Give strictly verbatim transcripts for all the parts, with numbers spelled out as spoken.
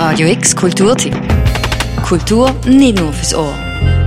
Radio X Kulturtipp. Kultur nicht nur fürs Ohr.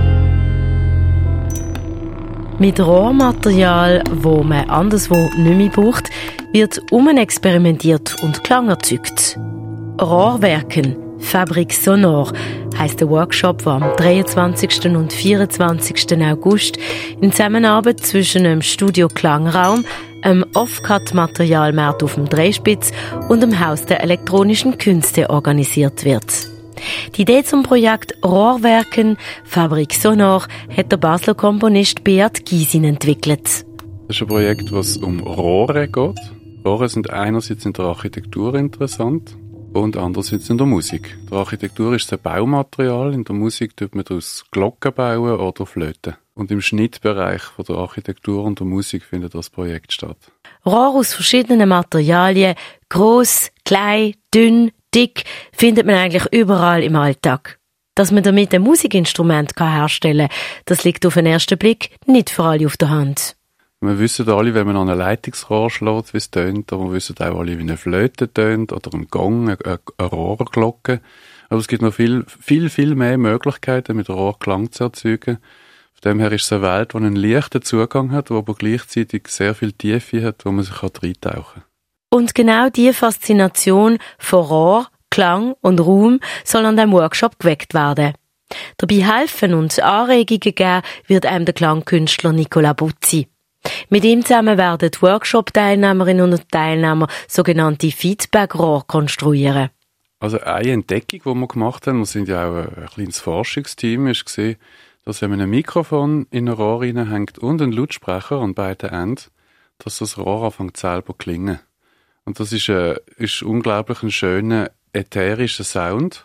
Mit Rohrmaterial, wo man anderswo nicht mehr braucht, wird umexperimentiert und Klang erzeugt. Rohrwerken, Fabrik Sonore, heisst der Workshop, der am dreiundzwanzigsten und vierundzwanzigsten August in Zusammenarbeit zwischen einem Studio Klangraum, einem Off-Cut-Materialmarkt auf dem Dreispitz und dem Haus der elektronischen Künste organisiert wird. Die Idee zum Projekt Rohrwerken, Fabrik Sonore hat der Basler Komponist Beat Gysin entwickelt. Das ist ein Projekt, wo es um Rohre geht. Rohre sind einerseits in der Architektur interessant und andererseits in der Musik. In der Architektur ist es ein Baumaterial, in der Musik tut man daraus Glocken bauen oder Flöten. Und im Schnittbereich von der Architektur und der Musik findet das Projekt statt. Rohr aus verschiedenen Materialien, gross, klein, dünn, dick, findet man eigentlich überall im Alltag. Dass man damit ein Musikinstrument herstellen kann, das liegt auf den ersten Blick nicht für alle auf der Hand. Wir wissen alle, wenn man an ein Leitungsrohr schlägt, wie es tönt, aber wir wissen auch alle, wie eine Flöte tönt oder ein Gong, eine, eine Rohrglocke. Aber es gibt noch viel, viel, viel mehr Möglichkeiten, mit Rohr Klang zu erzeugen. Von dem her ist es eine Welt, die einen leichten Zugang hat, die aber gleichzeitig sehr viel Tiefe hat, wo man sich reintauchen kann. Und genau diese Faszination von Rohr, Klang und Raum soll an diesem Workshop geweckt werden. Dabei helfen und Anregungen geben wird einem der Klangkünstler Nicola Buzzi. Mit ihm zusammen werden die Workshop-Teilnehmerinnen und Teilnehmer sogenannte Feedback-Rohr konstruieren. Also eine Entdeckung, die wir gemacht haben, wir sind ja auch ein kleines Forschungsteam, ist gesehen, dass wenn man ein Mikrofon in ein Rohr reinhängt und einen Lautsprecher an beiden Enden, dass das Rohr anfängt selber zu klingen. Und das ist, ein, ist unglaublich ein schöner, ätherischer Sound,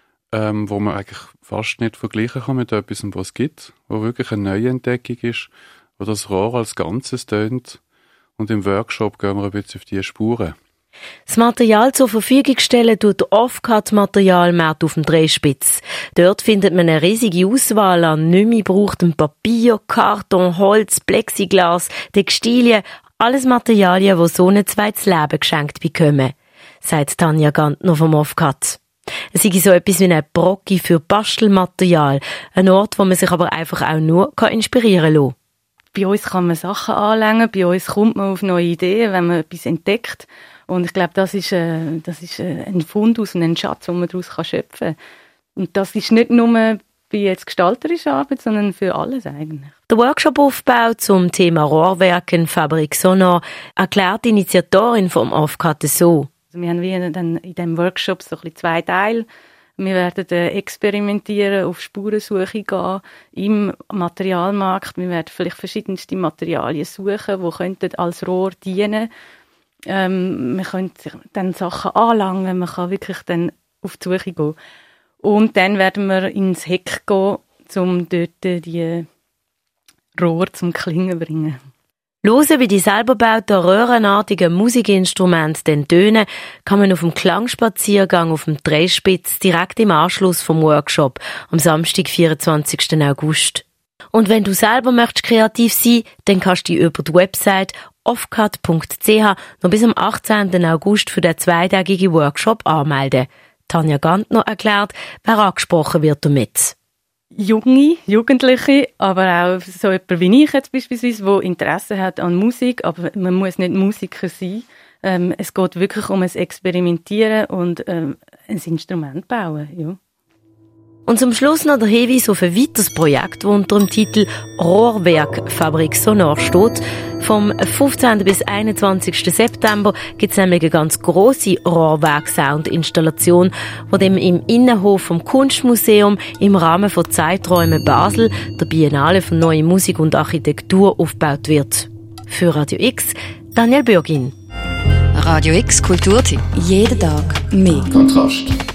ähm, wo man eigentlich fast nicht vergleichen kann mit etwas, was es gibt, wo wirklich eine neue Entdeckung ist, wo das Rohr als Ganzes tönt. Und im Workshop gehen wir ein bisschen auf diese Spuren. Das Material zur Verfügung stellen tut der Off-Cut-Materialmarkt auf dem Dreispitz. Dort findet man eine riesige Auswahl an nicht mehr gebrauchtem Papier, Karton, Holz, Plexiglas, Textilien, alles Materialien, die so ein zweites Leben geschenkt bekommen, sagt Tanja Gantner vom Off-Cut. Es sei so etwas wie eine Brocke für Bastelmaterial, ein Ort, wo man sich aber einfach auch nur inspirieren kann. Bei uns kann man Sachen anlängen, bei uns kommt man auf neue Ideen, wenn man etwas entdeckt. Und ich glaube, das ist, äh, das ist äh, ein Fundus und ein Schatz, den man daraus schöpfen kann. Und das ist nicht nur bei jetzt gestalterischer Arbeit, sondern für alles eigentlich. Der Workshopaufbau zum Thema Rohrwerken Fabrik Sonore erklärt die Initiatorin vom Off-Cut so. Also wir haben wie dann in diesem Workshop so ein bisschen zwei Teile. Wir werden äh, experimentieren, auf Spurensuche gehen im Materialmarkt. Wir werden vielleicht verschiedenste Materialien suchen, die könnten als Rohr dienen. Ähm, man kann dann Sachen anlangen, man kann wirklich dann auf die Suche gehen. Und dann werden wir ins Heck gehen, um dort die Rohr zum Klingen zu bringen. Hören, wie die selber gebauten röhrenartigen Musikinstrumente dann tönen, kann man auf dem Klangspaziergang auf dem Dreispitz direkt im Anschluss vom Workshop am Samstag, vierundzwanzigsten August. Und wenn du selber möchtest kreativ sein, dann kannst du dich über die Website offcut punkt c h noch bis am achtzehnten August für den zweitägigen Workshop anmelden. Tanja Gantner erklärt, wer angesprochen wird damit. Junge, Jugendliche, aber auch so jemand wie ich jetzt beispielsweise, der Interesse hat an Musik, aber man muss nicht Musiker sein. Ähm, es geht wirklich um ein Experimentieren und ähm, ein Instrument bauen. Ja. Und zum Schluss noch der Hinweis auf ein weiteres Projekt, das unter dem Titel Rohrwerk Fabrik Sonore steht. Vom fünfzehnten bis einundzwanzigsten September gibt es nämlich eine ganz grosse Rohrwerk-Sound-Installation, die dem im Innenhof vom Kunstmuseum im Rahmen von Zeiträumen Basel, der Biennale für Neue Musik und Architektur, aufgebaut wird. Für Radio X, Daniel Bürgin. Radio X Kulturtipp. Jeden Tag mehr. Kontrast.